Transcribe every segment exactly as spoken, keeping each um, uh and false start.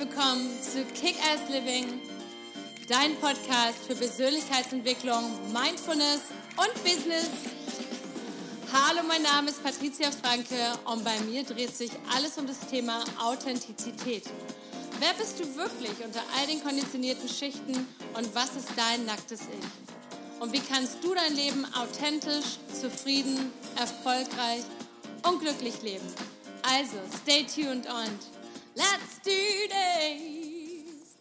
willkommen zu Kick-Ass Living, dein Podcast für Persönlichkeitsentwicklung, Mindfulness und Business. Hallo, mein Name ist Patricia Franke und bei mir dreht sich alles um das Thema Authentizität. Wer bist du wirklich unter all den konditionierten Schichten und was ist dein nacktes Ich? Und wie kannst du dein Leben authentisch, zufrieden, erfolgreich und glücklich leben? Also, stay tuned und let's do this!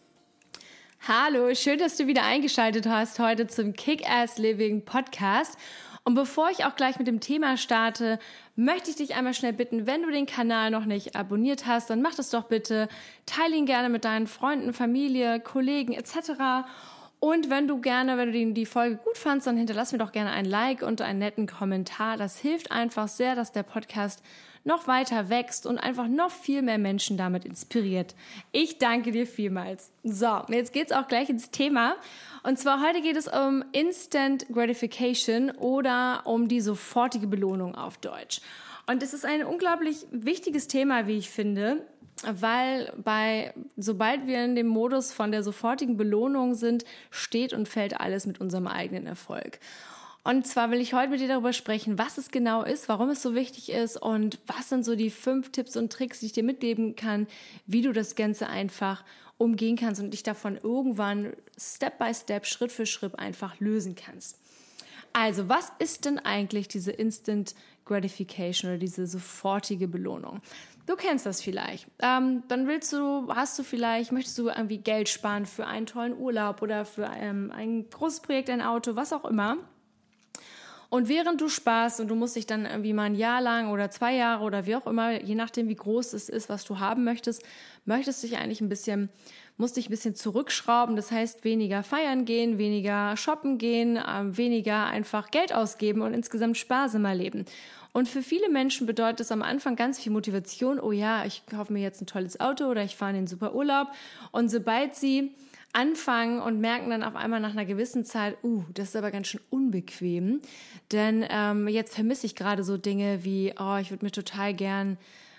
Hallo, schön, dass du wieder eingeschaltet hast heute zum Kick-Ass Living Podcast. Und bevor ich auch gleich mit dem Thema starte, möchte ich dich einmal schnell bitten, wenn du den Kanal noch nicht abonniert hast, dann mach das doch bitte. Teile ihn gerne mit deinen Freunden, Familie, Kollegen et cetera. Und wenn du gerne, wenn du die Folge gut fandst, dann hinterlass mir doch gerne ein Like und einen netten Kommentar. Das hilft einfach sehr, dass der Podcast noch weiter wächst und einfach noch viel mehr Menschen damit inspiriert. Ich danke dir vielmals. So, jetzt geht's auch gleich ins Thema. Und zwar heute geht es um Instant Gratification oder um die sofortige Belohnung auf Deutsch. Und es ist ein unglaublich wichtiges Thema, wie ich finde, weil bei, sobald wir in dem Modus von der sofortigen Belohnung sind, steht und fällt alles mit unserem eigenen Erfolg. Und zwar will ich heute mit dir darüber sprechen, was es genau ist, warum es so wichtig ist und was sind so die fünf Tipps und Tricks, die ich dir mitgeben kann, wie du das Ganze einfach umgehen kannst und dich davon irgendwann Step by Step, Schritt für Schritt einfach lösen kannst. Also, was ist denn eigentlich diese Instant Gratification oder diese sofortige Belohnung? Du kennst das vielleicht. Ähm, dann willst du, hast du vielleicht, möchtest du irgendwie Geld sparen für einen tollen Urlaub oder für ähm, ein großes Projekt, ein Auto, was auch immer. Und während du sparst und du musst dich dann irgendwie mal ein Jahr lang oder zwei Jahre oder wie auch immer, je nachdem wie groß es ist, was du haben möchtest, möchtest dich eigentlich ein bisschen, musst dich ein bisschen zurückschrauben. Das heißt, weniger feiern gehen, weniger shoppen gehen, äh, weniger einfach Geld ausgeben und insgesamt sparsamer leben. Und für viele Menschen bedeutet es am Anfang ganz viel Motivation. Oh ja, ich kaufe mir jetzt ein tolles Auto oder ich fahre in den super Urlaub. Und sobald sie anfangen und merken dann auf einmal nach einer gewissen Zeit, uh, das ist aber ganz schön unbequem, denn ähm, jetzt vermisse ich gerade so Dinge wie, oh, ich würde mir total gern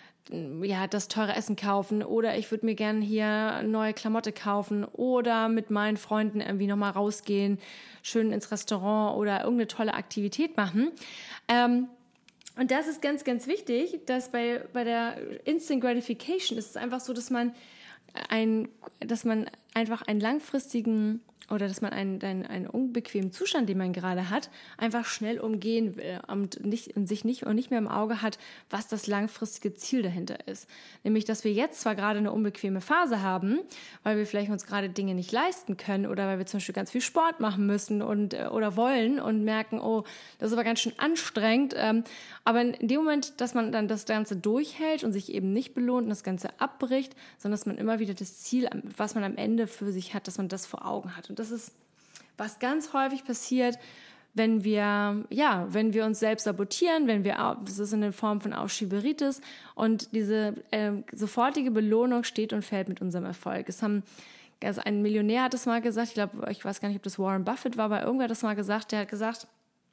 ja das teure Essen kaufen oder ich würde mir gern hier neue Klamotte kaufen oder mit meinen Freunden irgendwie nochmal rausgehen, schön ins Restaurant oder irgendeine tolle Aktivität machen. Ähm, und das ist ganz, ganz wichtig, dass bei, bei der Instant Gratification ist es einfach so, dass man ein, dass man einfach einen langfristigen oder dass man einen, einen, einen unbequemen Zustand, den man gerade hat, einfach schnell umgehen will und, nicht, und sich nicht, und nicht mehr im Auge hat, was das langfristige Ziel dahinter ist. Nämlich, dass wir jetzt zwar gerade eine unbequeme Phase haben, weil wir vielleicht uns gerade Dinge nicht leisten können oder weil wir zum Beispiel ganz viel Sport machen müssen und oder wollen und merken, oh, das ist aber ganz schön anstrengend. Aber in dem Moment, dass man dann das Ganze durchhält und sich eben nicht belohnt und das Ganze abbricht, sondern dass man immer wieder das Ziel, was man am Ende für sich hat, dass man das vor Augen hat. Und das ist, was ganz häufig passiert, wenn wir, ja, wenn wir uns selbst sabotieren, wenn wir, das ist in der Form von Aufschieberitis und diese äh, sofortige Belohnung steht und fällt mit unserem Erfolg. Es haben, also ein Millionär hat es mal gesagt, ich glaube, ich weiß gar nicht, ob das Warren Buffett war, aber irgendwer hat das mal gesagt, der hat gesagt,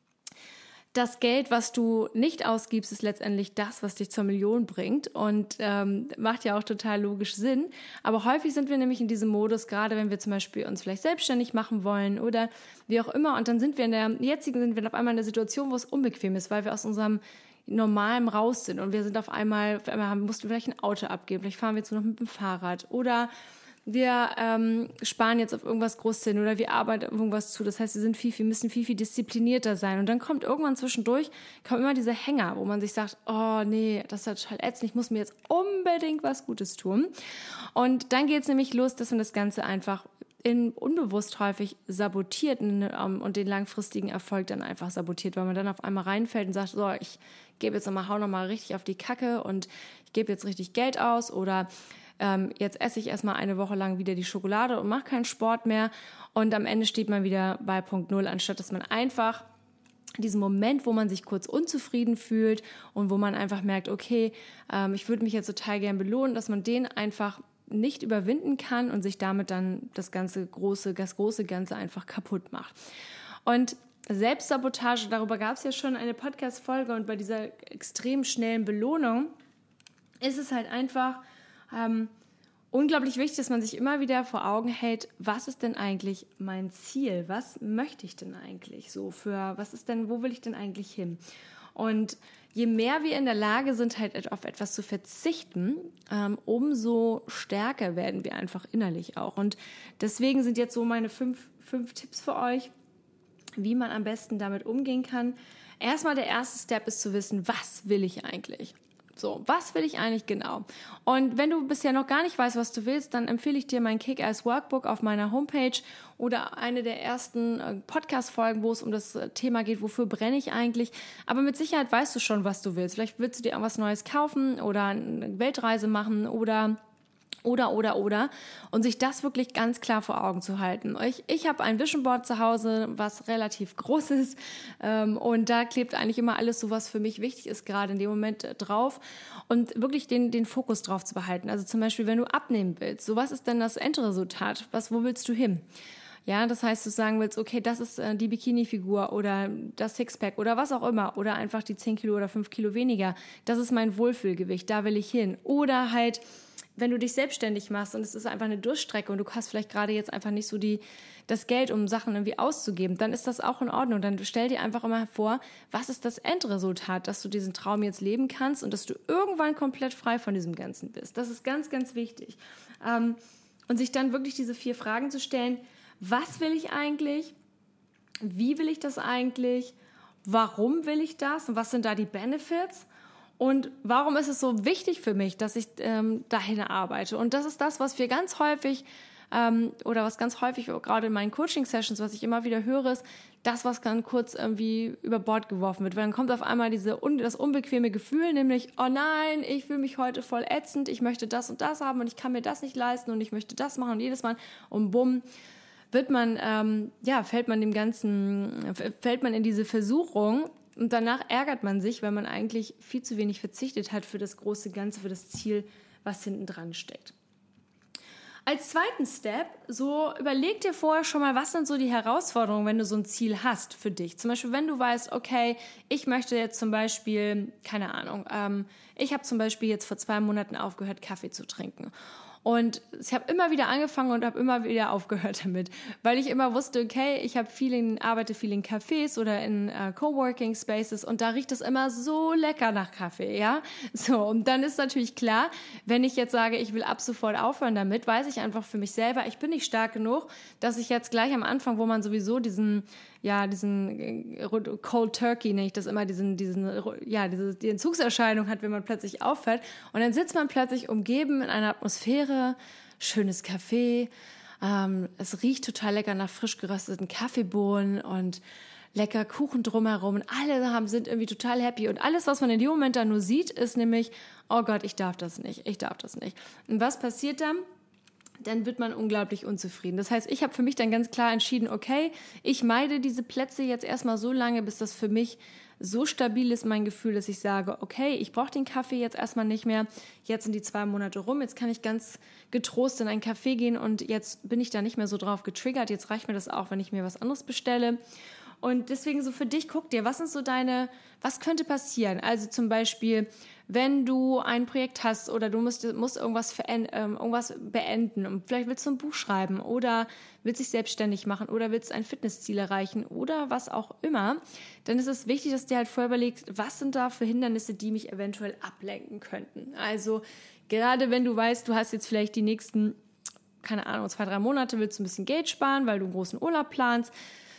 das Geld, was du nicht ausgibst, ist letztendlich das, was dich zur Million bringt und ähm, macht ja auch total logisch Sinn. Aber häufig sind wir nämlich in diesem Modus, gerade wenn wir zum Beispiel uns vielleicht selbstständig machen wollen oder wie auch immer. Und dann sind wir in der jetzigen, sind wir auf einmal in der Situation, wo es unbequem ist, weil wir aus unserem Normalem raus sind und wir sind auf einmal, auf einmal mussten wir vielleicht ein Auto abgeben, vielleicht fahren wir jetzt nur noch mit dem Fahrrad oder wir ähm, sparen jetzt auf irgendwas groß hin oder wir arbeiten auf irgendwas zu. Das heißt, wir sind viel, viel, müssen viel, viel disziplinierter sein. Und dann kommt irgendwann zwischendurch, kommt immer dieser Hänger, wo man sich sagt, oh nee, das ist ja total ätzend, ich muss mir jetzt unbedingt was Gutes tun. Und dann geht es nämlich los, dass man das Ganze einfach in unbewusst häufig sabotiert und, um, und den langfristigen Erfolg dann einfach sabotiert, weil man dann auf einmal reinfällt und sagt, so, ich gebe jetzt nochmal, hau nochmal richtig auf die Kacke und ich gebe jetzt richtig Geld aus oder ähm, jetzt esse ich erstmal eine Woche lang wieder die Schokolade und mache keinen Sport mehr und am Ende steht man wieder bei Punkt Null, anstatt dass man einfach diesen Moment, wo man sich kurz unzufrieden fühlt und wo man einfach merkt, okay, ähm, ich würde mich jetzt total gern belohnen, dass man den einfach nicht überwinden kann und sich damit dann das ganze große, das große Ganze einfach kaputt macht. Und Selbstsabotage, darüber gab es ja schon eine Podcast-Folge und bei dieser extrem schnellen Belohnung ist es halt einfach ähm, unglaublich wichtig, dass man sich immer wieder vor Augen hält, was ist denn eigentlich mein Ziel? Was möchte ich denn eigentlich so für, was ist denn, wo will ich denn eigentlich hin? Und je mehr wir in der Lage sind, halt auf etwas zu verzichten, ähm, umso stärker werden wir einfach innerlich auch. Und deswegen sind jetzt so meine fünf, fünf Tipps für euch, wie man am besten damit umgehen kann. Erstmal der erste Step ist zu wissen, was will ich eigentlich? So, was will ich eigentlich genau? Und wenn du bisher noch gar nicht weißt, was du willst, dann empfehle ich dir mein Kick-Ass-Workbook auf meiner Homepage oder eine der ersten Podcast-Folgen, wo es um das Thema geht, wofür brenne ich eigentlich? Aber mit Sicherheit weißt du schon, was du willst. Vielleicht willst du dir irgendwas Neues kaufen oder eine Weltreise machen oder... Oder, oder, oder. Und sich das wirklich ganz klar vor Augen zu halten. Ich, ich habe ein Vision Board zu Hause, was relativ groß ist. Ähm, und da klebt eigentlich immer alles so, was für mich wichtig ist, gerade in dem Moment äh, drauf. Und wirklich den, den Fokus drauf zu behalten. Also zum Beispiel, wenn du abnehmen willst. So, was ist denn das Endresultat? Was, wo willst du hin? Ja, das heißt, du sagen willst, okay, das ist äh, die Bikini-Figur oder das Sixpack oder was auch immer. Oder einfach die zehn Kilo oder fünf Kilo weniger. Das ist mein Wohlfühlgewicht, da will ich hin. Oder halt... Wenn du dich selbstständig machst und es ist einfach eine Durststrecke und du hast vielleicht gerade jetzt einfach nicht so die, das Geld, um Sachen irgendwie auszugeben, dann ist das auch in Ordnung. Dann stell dir einfach immer vor, was ist das Endresultat, dass du diesen Traum jetzt leben kannst und dass du irgendwann komplett frei von diesem Ganzen bist. Das ist ganz, ganz wichtig. Ähm, und sich dann wirklich diese vier Fragen zu stellen, was will ich eigentlich? Wie will ich das eigentlich? Warum will ich das? Und was sind da die Benefits? Und warum ist es so wichtig für mich, dass ich ähm, dahin arbeite? Und das ist das, was wir ganz häufig ähm, oder was ganz häufig gerade in meinen Coaching-Sessions, was ich immer wieder höre, ist das, was dann kurz irgendwie über Bord geworfen wird. Weil dann kommt auf einmal diese das unbequeme Gefühl, nämlich, oh nein, ich fühle mich heute voll ätzend, ich möchte das und das haben und ich kann mir das nicht leisten und ich möchte das machen und jedes Mal und bumm, wird man, ähm, ja, fällt man dem Ganzen, fällt man in diese Versuchung. Und danach ärgert man sich, weil man eigentlich viel zu wenig verzichtet hat für das große Ganze, für das Ziel, was hinten dran steckt. Als zweiten Step, so überleg dir vorher schon mal, was sind so die Herausforderungen, wenn du so ein Ziel hast für dich. Zum Beispiel, wenn du weißt, okay, ich möchte jetzt zum Beispiel, keine Ahnung, ähm, ich habe zum Beispiel jetzt vor zwei Monaten aufgehört, Kaffee zu trinken. Und ich habe immer wieder angefangen und habe immer wieder aufgehört damit, weil ich immer wusste, okay, ich habe viel in, arbeite viel in Cafés oder in äh, Coworking Spaces und da riecht es immer so lecker nach Kaffee, ja. So, und dann ist natürlich klar, wenn ich jetzt sage, ich will ab sofort aufhören damit, weiß ich einfach für mich selber, ich bin nicht stark genug, dass ich jetzt gleich am Anfang, wo man sowieso diesen ja, diesen Cold Turkey, nenne ich das immer, diesen, diesen, ja, diese, die Entzugserscheinung hat, wenn man plötzlich aufhört. Und dann sitzt man plötzlich umgeben in einer Atmosphäre, schönes Kaffee, ähm, es riecht total lecker nach frisch gerösteten Kaffeebohnen und lecker Kuchen drumherum. Und alle haben, sind irgendwie total happy. Und alles, was man in dem Moment dann nur sieht, ist nämlich, oh Gott, ich darf das nicht, ich darf das nicht. Und was passiert dann? Dann wird man unglaublich unzufrieden. Das heißt, ich habe für mich dann ganz klar entschieden, okay, ich meide diese Plätze jetzt erstmal so lange, bis das für mich so stabil ist, mein Gefühl, dass ich sage, okay, ich brauche den Kaffee jetzt erstmal nicht mehr, jetzt sind die zwei Monate rum, jetzt kann ich ganz getrost in einen Café gehen und jetzt bin ich da nicht mehr so drauf getriggert, jetzt reicht mir das auch, wenn ich mir was anderes bestelle. Und deswegen so für dich, guck dir, was sind so deine, was könnte passieren? Also zum Beispiel, wenn du ein Projekt hast oder du musst, musst irgendwas, veränd, ähm, irgendwas beenden und vielleicht willst du ein Buch schreiben oder willst dich selbstständig machen oder willst ein Fitnessziel erreichen oder was auch immer, dann ist es wichtig, dass du dir halt vorher überlegst, was sind da für Hindernisse, die mich eventuell ablenken könnten. Also gerade wenn du weißt, du hast jetzt vielleicht die nächsten, keine Ahnung, zwei, drei Monate, willst du ein bisschen Geld sparen, weil du einen großen Urlaub planst,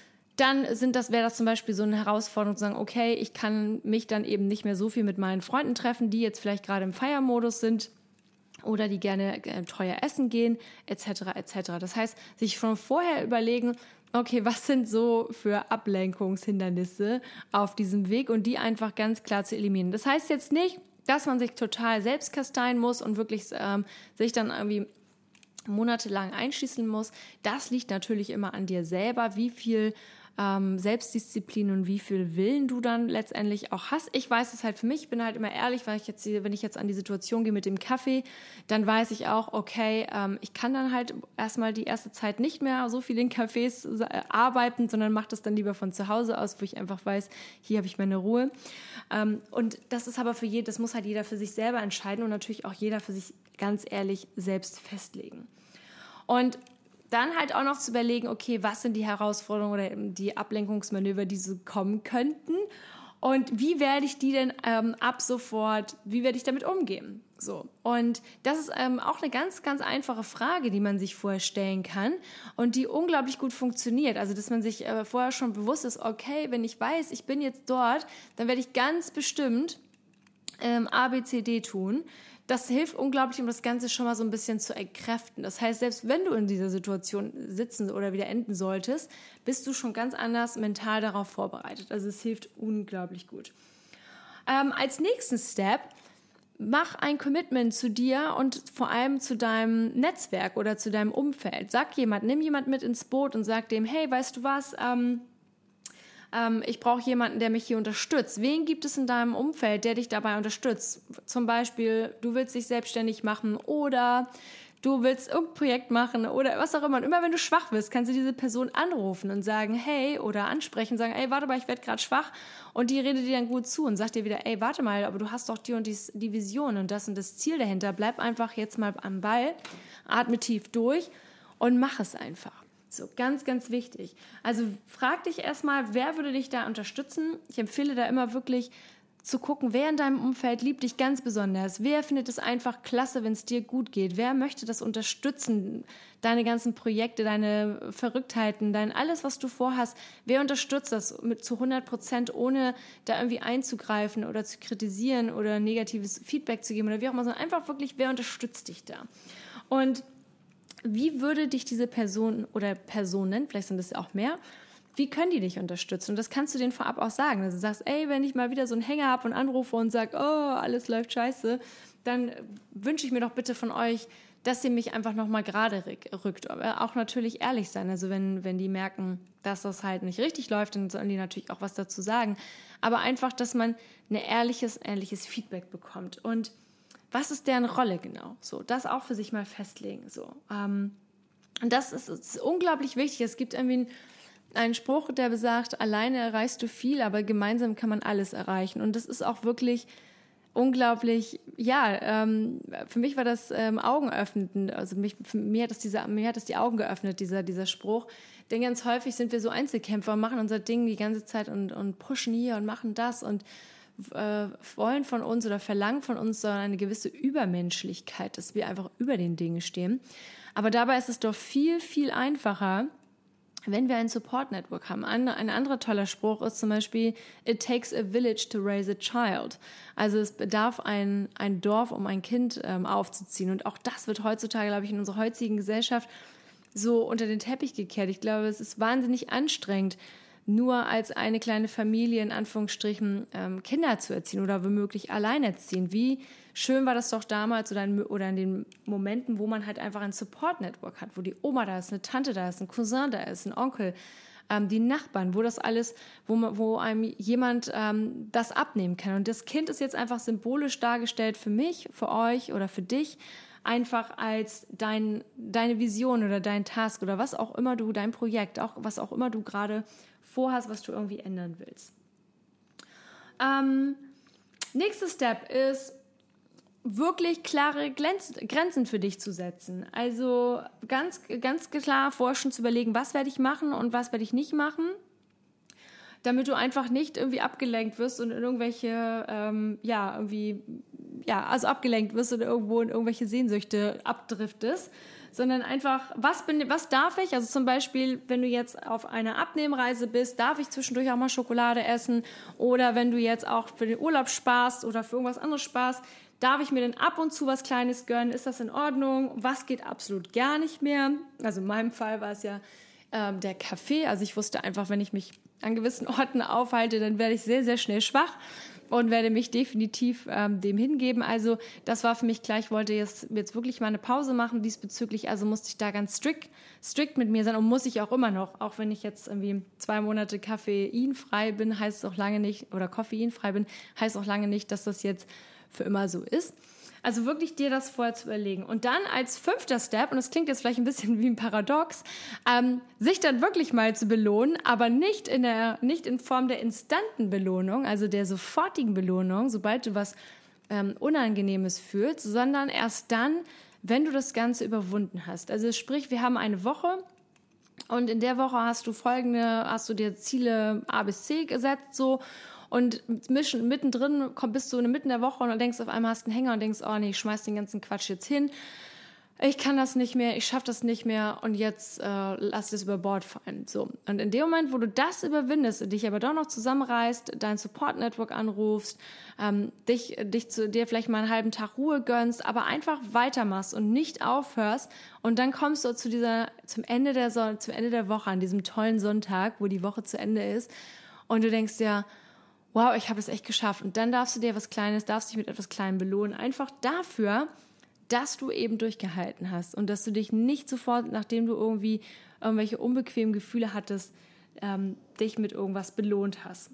dann sind das, wäre das zum Beispiel so eine Herausforderung zu sagen, okay, ich kann mich dann eben nicht mehr so viel mit meinen Freunden treffen, die jetzt vielleicht gerade im Feiermodus sind oder die gerne äh, teuer essen gehen, et cetera et cetera. Das heißt, sich schon vorher überlegen, okay, was sind so für Ablenkungshindernisse auf diesem Weg und die einfach ganz klar zu eliminieren. Das heißt jetzt nicht, dass man sich total selbst kasteien muss und wirklich ähm, sich dann irgendwie monatelang einschließen muss. Das liegt natürlich immer an dir selber, wie viel ähm, Selbstdisziplin und wie viel Willen du dann letztendlich auch hast. Ich weiß es halt für mich, ich bin halt immer ehrlich, weil ich jetzt, wenn ich jetzt an die Situation gehe mit dem Kaffee, dann weiß ich auch, okay, ähm, ich kann dann halt erstmal die erste Zeit nicht mehr so viel in Cafés arbeiten, sondern mache das dann lieber von zu Hause aus, wo ich einfach weiß, hier habe ich meine Ruhe. Ähm, und das ist aber für jeden, das muss halt jeder für sich selber entscheiden und natürlich auch jeder für sich ganz ehrlich selbst festlegen. Und dann halt auch noch zu überlegen, okay, was sind die Herausforderungen oder die Ablenkungsmanöver, die so kommen könnten und wie werde ich die denn ähm, ab sofort, wie werde ich damit umgehen? So. Und das ist ähm, auch eine ganz, ganz einfache Frage, die man sich vorher stellen kann und die unglaublich gut funktioniert. Also, dass man sich äh, vorher schon bewusst ist, okay, wenn ich weiß, ich bin jetzt dort, dann werde ich ganz bestimmt ähm, A, B, C, D tun. Das hilft unglaublich, um das Ganze schon mal so ein bisschen zu entkräften. Das heißt, selbst wenn du in dieser Situation sitzen oder wieder enden solltest, bist du schon ganz anders mental darauf vorbereitet. Also es hilft unglaublich gut. Ähm, als nächsten Step, mach ein Commitment zu dir und vor allem zu deinem Netzwerk oder zu deinem Umfeld. Sag jemand, nimm jemand mit ins Boot und sag dem, hey, weißt du was, ähm, ich brauche jemanden, der mich hier unterstützt. Wen gibt es in deinem Umfeld, der dich dabei unterstützt? Zum Beispiel, du willst dich selbstständig machen oder du willst irgendein Projekt machen oder was auch immer. Und immer wenn du schwach bist, kannst du diese Person anrufen und sagen, hey, oder ansprechen, sagen, ey, warte mal, ich werde gerade schwach. Und die redet dir dann gut zu und sagt dir wieder, ey, warte mal, aber du hast doch die und die, die Vision und das und das Ziel dahinter. Bleib einfach jetzt mal am Ball, atme tief durch und mach es einfach. So, ganz, ganz wichtig. Also frag dich erstmal, wer würde dich da unterstützen? Ich empfehle da immer wirklich zu gucken, wer in deinem Umfeld liebt dich ganz besonders. Wer findet es einfach klasse, wenn es dir gut geht? Wer möchte das unterstützen? Deine ganzen Projekte, deine Verrücktheiten, dein alles, was du vorhast. Wer unterstützt das mit zu hundert Prozent, ohne da irgendwie einzugreifen oder zu kritisieren oder negatives Feedback zu geben oder wie auch immer, sondern einfach wirklich, wer unterstützt dich da? Und wie würde dich diese Person oder Personen, vielleicht sind es auch mehr, wie können die dich unterstützen? Und das kannst du denen vorab auch sagen. Also du sagst, ey, wenn ich mal wieder so einen Hänger habe und anrufe und sage, oh, alles läuft scheiße, dann wünsche ich mir doch bitte von euch, dass ihr mich einfach nochmal gerade rückt. Aber auch natürlich ehrlich sein. Also wenn, wenn die merken, dass das halt nicht richtig läuft, dann sollen die natürlich auch was dazu sagen. Aber einfach, dass man ein ehrliches, ehrliches Feedback bekommt. Und was ist deren Rolle genau? So, das auch für sich mal festlegen. So, ähm, und das ist, ist unglaublich wichtig. Es gibt irgendwie einen, einen Spruch, der besagt, alleine erreichst du viel, aber gemeinsam kann man alles erreichen. Und das ist auch wirklich unglaublich, ja, ähm, für mich war das ähm, augenöffnend. Also mich, für, mir, hat das diese, mir hat das die Augen geöffnet, dieser, dieser Spruch. Denn ganz häufig sind wir so Einzelkämpfer und machen unser Ding die ganze Zeit und, und pushen hier und machen das und äh, wollen von uns oder verlangen von uns so eine gewisse Übermenschlichkeit, dass wir einfach über den Dingen stehen. Aber dabei ist es doch viel, viel einfacher, wenn wir ein Support-Network haben. Ein, ein anderer toller Spruch ist zum Beispiel, it takes a village to raise a child. Also es bedarf ein, ein Dorf, um ein Kind ähm, aufzuziehen. Und auch das wird heutzutage, glaube ich, in unserer heutigen Gesellschaft so unter den Teppich gekehrt. Ich glaube, es ist wahnsinnig anstrengend, nur als eine kleine Familie in Anführungsstrichen ähm, Kinder zu erziehen oder womöglich alleinerziehen. Wie schön war das doch damals oder in, oder in den Momenten, wo man halt einfach ein Support-Network hat, wo die Oma da ist, eine Tante da ist, ein Cousin da ist, ein Onkel, ähm, die Nachbarn, wo das alles, wo, man, wo einem jemand ähm, das abnehmen kann. Und das Kind ist jetzt einfach symbolisch dargestellt für mich, für euch oder für dich, einfach als dein, deine Vision oder dein Task oder was auch immer du, dein Projekt, auch was auch immer du gerade vorhast, was du irgendwie ändern willst. Ähm, nächster Step ist, wirklich klare Grenzen für dich zu setzen. Also ganz, ganz klar vorher schon zu überlegen, was werde ich machen und was werde ich nicht machen, damit du einfach nicht irgendwie abgelenkt wirst und in irgendwelche, ähm, ja, irgendwie, ja, also abgelenkt wirst oder irgendwo in irgendwelche Sehnsüchte abdriftest, sondern einfach, was bin, was darf ich? Also zum Beispiel, wenn du jetzt auf einer Abnehmreise bist, darf ich zwischendurch auch mal Schokolade essen? Oder wenn du jetzt auch für den Urlaub sparst oder für irgendwas anderes sparst, darf ich mir denn ab und zu was Kleines gönnen? Ist das in Ordnung? Was geht absolut gar nicht mehr? Also in meinem Fall war es ja ähm, der Kaffee. Also ich wusste einfach, wenn ich mich an gewissen Orten aufhalte, dann werde ich sehr, sehr schnell schwach. und werde mich definitiv ähm, dem hingeben. Also das war für mich klar, ich wollte jetzt, jetzt wirklich mal eine Pause machen diesbezüglich, also musste ich da ganz strikt, strikt mit mir sein und muss ich auch immer noch, auch wenn ich jetzt irgendwie zwei Monate koffeinfrei bin, heißt es auch lange nicht, oder koffeinfrei bin, heißt auch lange nicht, dass das jetzt für immer so ist. Also wirklich dir das vorher zu überlegen. Und dann als fünfter Step, und das klingt jetzt vielleicht ein bisschen wie ein Paradox, ähm, sich dann wirklich mal zu belohnen, aber nicht in der, nicht in Form der instanten Belohnung, also der sofortigen Belohnung, sobald du was ähm, Unangenehmes fühlst, sondern erst dann, wenn du das Ganze überwunden hast. Also sprich, wir haben eine Woche und in der Woche hast du folgende, hast du dir Ziele A bis C gesetzt, so. Und mittendrin komm, bist du in der Mitte der Woche und dann denkst auf einmal, hast einen Hänger und denkst, oh nee, ich schmeiß den ganzen Quatsch jetzt hin. Ich kann das nicht mehr, ich schaffe das nicht mehr und jetzt äh, lass das über Bord fallen. So. Und in dem Moment, wo du das überwindest, dich aber doch noch zusammenreißt, dein Support-Network anrufst, ähm, dich, dich zu dir vielleicht mal einen halben Tag Ruhe gönnst, aber einfach weitermachst und nicht aufhörst und dann kommst du zu dieser, zum Ende der Son- zum Ende der Woche, an diesem tollen Sonntag, wo die Woche zu Ende ist und du denkst dir, wow, ich habe es echt geschafft. Und dann darfst du dir was Kleines, darfst dich mit etwas Kleinem belohnen. Einfach dafür, dass du eben durchgehalten hast und dass du dich nicht sofort, nachdem du irgendwie irgendwelche unbequemen Gefühle hattest, ähm, dich mit irgendwas belohnt hast.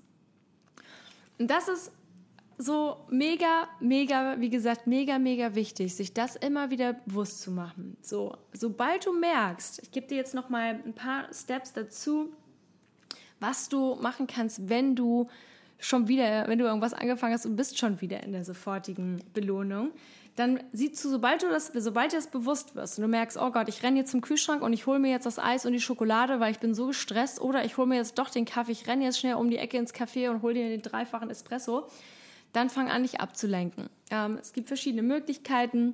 Und das ist so mega, mega, wie gesagt, mega, mega wichtig, sich das immer wieder bewusst zu machen. So, sobald du merkst, ich gebe dir jetzt noch mal ein paar Steps dazu, was du machen kannst, wenn du schon wieder, wenn du irgendwas angefangen hast und bist schon wieder in der sofortigen Belohnung, dann siehst du, sobald du das, sobald dir das bewusst wirst und du merkst, oh Gott, ich renne jetzt zum Kühlschrank und ich hole mir jetzt das Eis und die Schokolade, weil ich bin so gestresst, oder ich hole mir jetzt doch den Kaffee, ich renne jetzt schnell um die Ecke ins Café und hole dir den dreifachen Espresso, dann fang an, dich abzulenken. Ähm, es gibt verschiedene Möglichkeiten.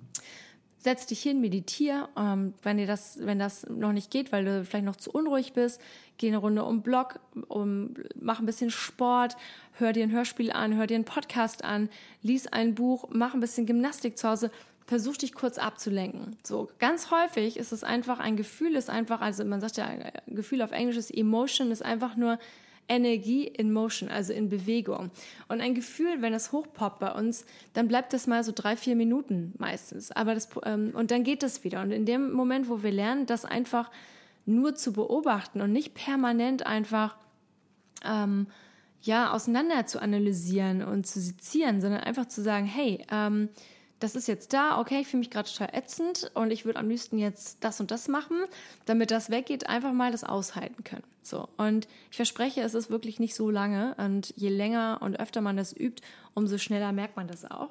Setz dich hin, meditier. Ähm, wenn dir das, wenn das noch nicht geht, weil du vielleicht noch zu unruhig bist, geh eine Runde um den Block, um, mach ein bisschen Sport, hör dir ein Hörspiel an, hör dir einen Podcast an, lies ein Buch, mach ein bisschen Gymnastik zu Hause, versuch dich kurz abzulenken. So, ganz häufig ist es einfach, ein Gefühl ist einfach, also man sagt ja, Gefühl auf Englisch ist Emotion, ist einfach nur Energie in Motion, also in Bewegung. Und ein Gefühl, wenn es hochpoppt bei uns, dann bleibt das mal so drei, vier Minuten meistens. Aber das, ähm, und dann geht das wieder. Und in dem Moment, wo wir lernen, das einfach nur zu beobachten und nicht permanent einfach ähm, ja, auseinander zu analysieren und zu sezieren, sondern einfach zu sagen, hey, ähm, das ist jetzt da, okay, ich fühle mich gerade total ätzend und ich würde am liebsten jetzt das und das machen, damit das weggeht, einfach mal das aushalten können. So. Und ich verspreche, es ist wirklich nicht so lange und je länger und öfter man das übt, umso schneller merkt man das auch.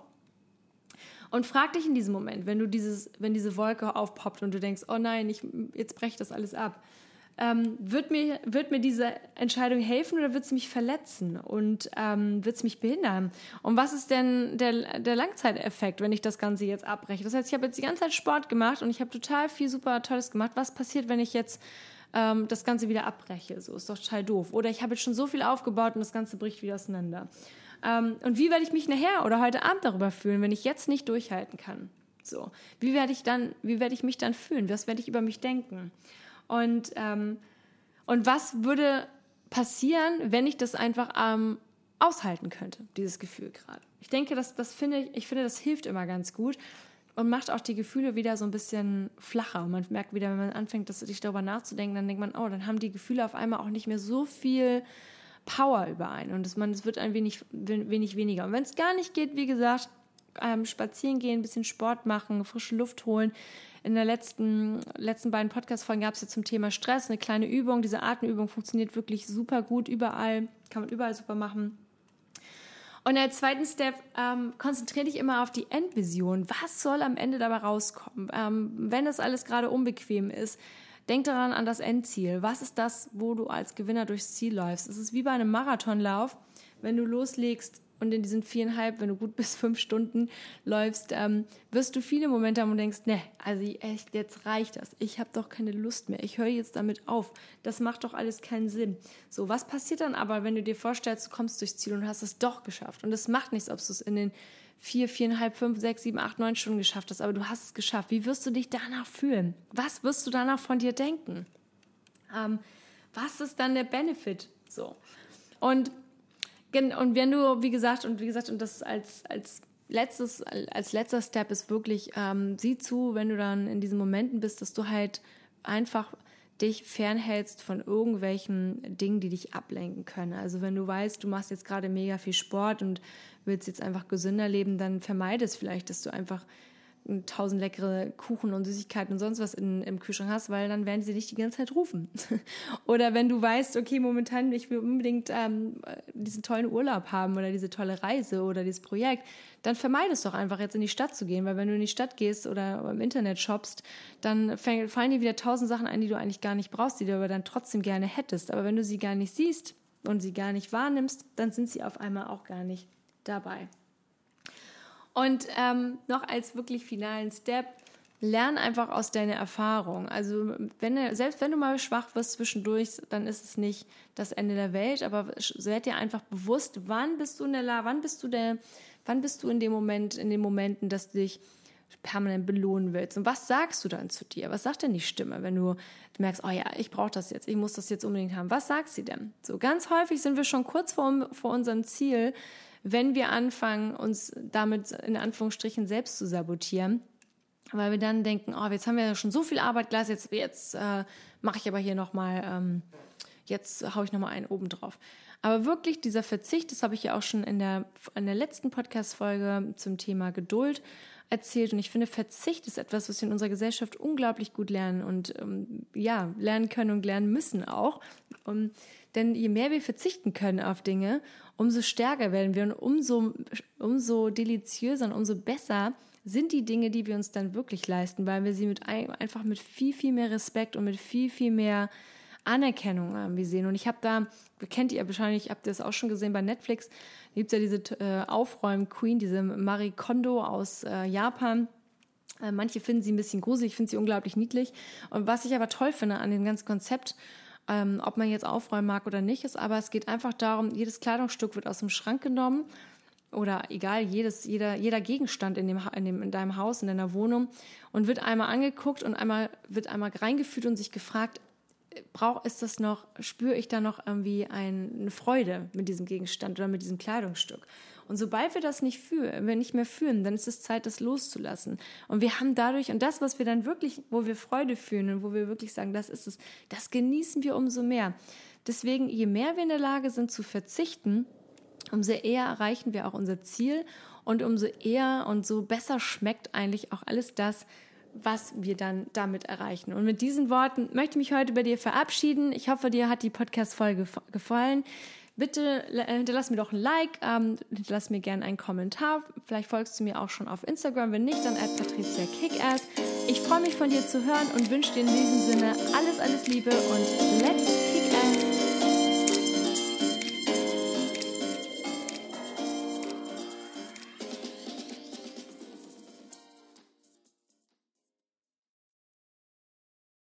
Und frag dich in diesem Moment, wenn du dieses, wenn diese Wolke aufpoppt und du denkst, oh nein, ich, jetzt breche das alles ab, ähm, wird mir, wird mir diese Entscheidung helfen oder wird es mich verletzen und ähm, wird es mich behindern? Und was ist denn der, der Langzeiteffekt, wenn ich das Ganze jetzt abbreche? Das heißt, ich habe jetzt die ganze Zeit Sport gemacht und ich habe total viel super Tolles gemacht. Was passiert, wenn ich jetzt ähm, das Ganze wieder abbreche? So ist doch total doof. Oder ich habe jetzt schon so viel aufgebaut und das Ganze bricht wieder auseinander. Ähm, und wie werde ich mich nachher oder heute Abend darüber fühlen, wenn ich jetzt nicht durchhalten kann? So, wie werde ich dann, wie werde ich mich dann fühlen? Was werde ich über mich denken? Und, ähm, und was würde passieren, wenn ich das einfach ähm, aushalten könnte, dieses Gefühl gerade? Ich denke, das, das finde ich, ich finde, das hilft immer ganz gut und macht auch die Gefühle wieder so ein bisschen flacher. Und man merkt wieder, wenn man anfängt, das, sich darüber nachzudenken, dann denkt man, oh, dann haben die Gefühle auf einmal auch nicht mehr so viel Power über einen. Und das, man, es wird ein wenig, wenig weniger. Und wenn es gar nicht geht, wie gesagt, ähm, spazieren gehen, ein bisschen Sport machen, frische Luft holen. In der letzten, letzten beiden Podcast-Folgen gab es ja zum Thema Stress eine kleine Übung. Diese Atemübung funktioniert wirklich super gut überall, kann man überall super machen. Und der zweite Step, ähm, konzentriere dich immer auf die Endvision. Was soll am Ende dabei rauskommen? Ähm, wenn das alles gerade unbequem ist, denk daran an das Endziel. Was ist das, wo du als Gewinner durchs Ziel läufst? Es ist wie bei einem Marathonlauf, wenn du loslegst und in diesen viereinhalb, wenn du gut bis fünf Stunden läufst, ähm, wirst du viele Momente haben und denkst, ne, also echt, jetzt reicht das. Ich habe doch keine Lust mehr. Ich höre jetzt damit auf. Das macht doch alles keinen Sinn. So, was passiert dann aber, wenn du dir vorstellst, du kommst durchs Ziel und hast es doch geschafft? Und es macht nichts, ob du es in den vier, viereinhalb, fünf, sechs, sieben, acht, neun Stunden geschafft hast, aber du hast es geschafft. Wie wirst du dich danach fühlen? Was wirst du danach von dir denken? Ähm, was ist dann der Benefit? So. Und Und wenn du, wie gesagt, und wie gesagt, und das als, als letztes, als letzter Step ist wirklich, ähm, sieh zu, wenn du dann in diesen Momenten bist, dass du halt einfach dich fernhältst von irgendwelchen Dingen, die dich ablenken können. Also wenn du weißt, du machst jetzt gerade mega viel Sport und willst jetzt einfach gesünder leben, dann vermeide es vielleicht, dass du einfach tausend leckere Kuchen und Süßigkeiten und sonst was in, im Kühlschrank hast, weil dann werden sie dich die ganze Zeit rufen. Oder wenn du weißt, okay, momentan ich will unbedingt ähm, diesen tollen Urlaub haben oder diese tolle Reise oder dieses Projekt, dann vermeide es doch einfach, jetzt in die Stadt zu gehen, weil wenn du in die Stadt gehst oder im Internet shoppst, dann fallen dir wieder tausend Sachen ein, die du eigentlich gar nicht brauchst, die du aber dann trotzdem gerne hättest. Aber wenn du sie gar nicht siehst und sie gar nicht wahrnimmst, dann sind sie auf einmal auch gar nicht dabei. Und ähm, noch als wirklich finalen Step, lern einfach aus deiner Erfahrung. Also wenn, selbst wenn du mal schwach wirst zwischendurch, dann ist es nicht das Ende der Welt, aber werd dir einfach bewusst, wann bist du in der Lage, wann bist du der, wann bist du in dem Moment, in den Momenten, dass du dich permanent belohnen willst. Und was sagst du dann zu dir? Was sagt denn die Stimme, wenn du merkst, oh ja, ich brauche das jetzt, ich muss das jetzt unbedingt haben. Was sagt sie denn? So ganz häufig sind wir schon kurz vor, vor unserem Ziel, wenn wir anfangen, uns damit in Anführungsstrichen selbst zu sabotieren, weil wir dann denken, oh, jetzt haben wir ja schon so viel Arbeit geleistet, jetzt, jetzt äh, mache ich aber hier nochmal, ähm, jetzt haue ich nochmal einen oben drauf. Aber wirklich dieser Verzicht, das habe ich ja auch schon in der, in der letzten Podcast-Folge zum Thema Geduld erzählt. Und ich finde, Verzicht ist etwas, was wir in unserer Gesellschaft unglaublich gut lernen und ähm, ja, lernen können und lernen müssen auch. Um, denn je mehr wir verzichten können auf Dinge, umso stärker werden wir und umso, umso deliziöser und umso besser sind die Dinge, die wir uns dann wirklich leisten, weil wir sie mit ein, einfach mit viel, viel mehr Respekt und mit viel, viel mehr Anerkennung irgendwie sehen. Und ich habe da, kennt ihr wahrscheinlich, habt ihr das auch schon gesehen bei Netflix, da gibt es ja diese äh, Aufräum-Queen, diese Marie Kondo aus äh, Japan. Äh, manche finden sie ein bisschen gruselig, ich finde sie unglaublich niedlich. Und was ich aber toll finde an dem ganzen Konzept, ähm, ob man jetzt aufräumen mag oder nicht, ist aber, es geht einfach darum, jedes Kleidungsstück wird aus dem Schrank genommen oder egal, jedes, jeder, jeder Gegenstand in, dem, in, dem, in deinem Haus, in deiner Wohnung und wird einmal angeguckt und einmal wird einmal reingeführt und sich gefragt, brauch, ist das noch, spüre ich da noch irgendwie ein, eine Freude mit diesem Gegenstand oder mit diesem Kleidungsstück? Und sobald wir das nicht fühlen, wir nicht mehr fühlen, dann ist es Zeit, das loszulassen. Und wir haben dadurch, und das, was wir dann wirklich, wo wir Freude fühlen und wo wir wirklich sagen, das ist es, das genießen wir umso mehr. Deswegen, je mehr wir in der Lage sind zu verzichten, umso eher erreichen wir auch unser Ziel und umso eher und so besser schmeckt eigentlich auch alles das, was wir dann damit erreichen. Und mit diesen Worten möchte ich mich heute bei dir verabschieden. Ich hoffe, dir hat die Podcast-Folge gefallen. Bitte hinterlass mir doch ein Like, ähm, hinterlass mir gerne einen Kommentar. Vielleicht folgst du mir auch schon auf Instagram. Wenn nicht, dann at Patricia Kickass. Ich freue mich, von dir zu hören und wünsche dir in diesem Sinne alles, alles Liebe und let's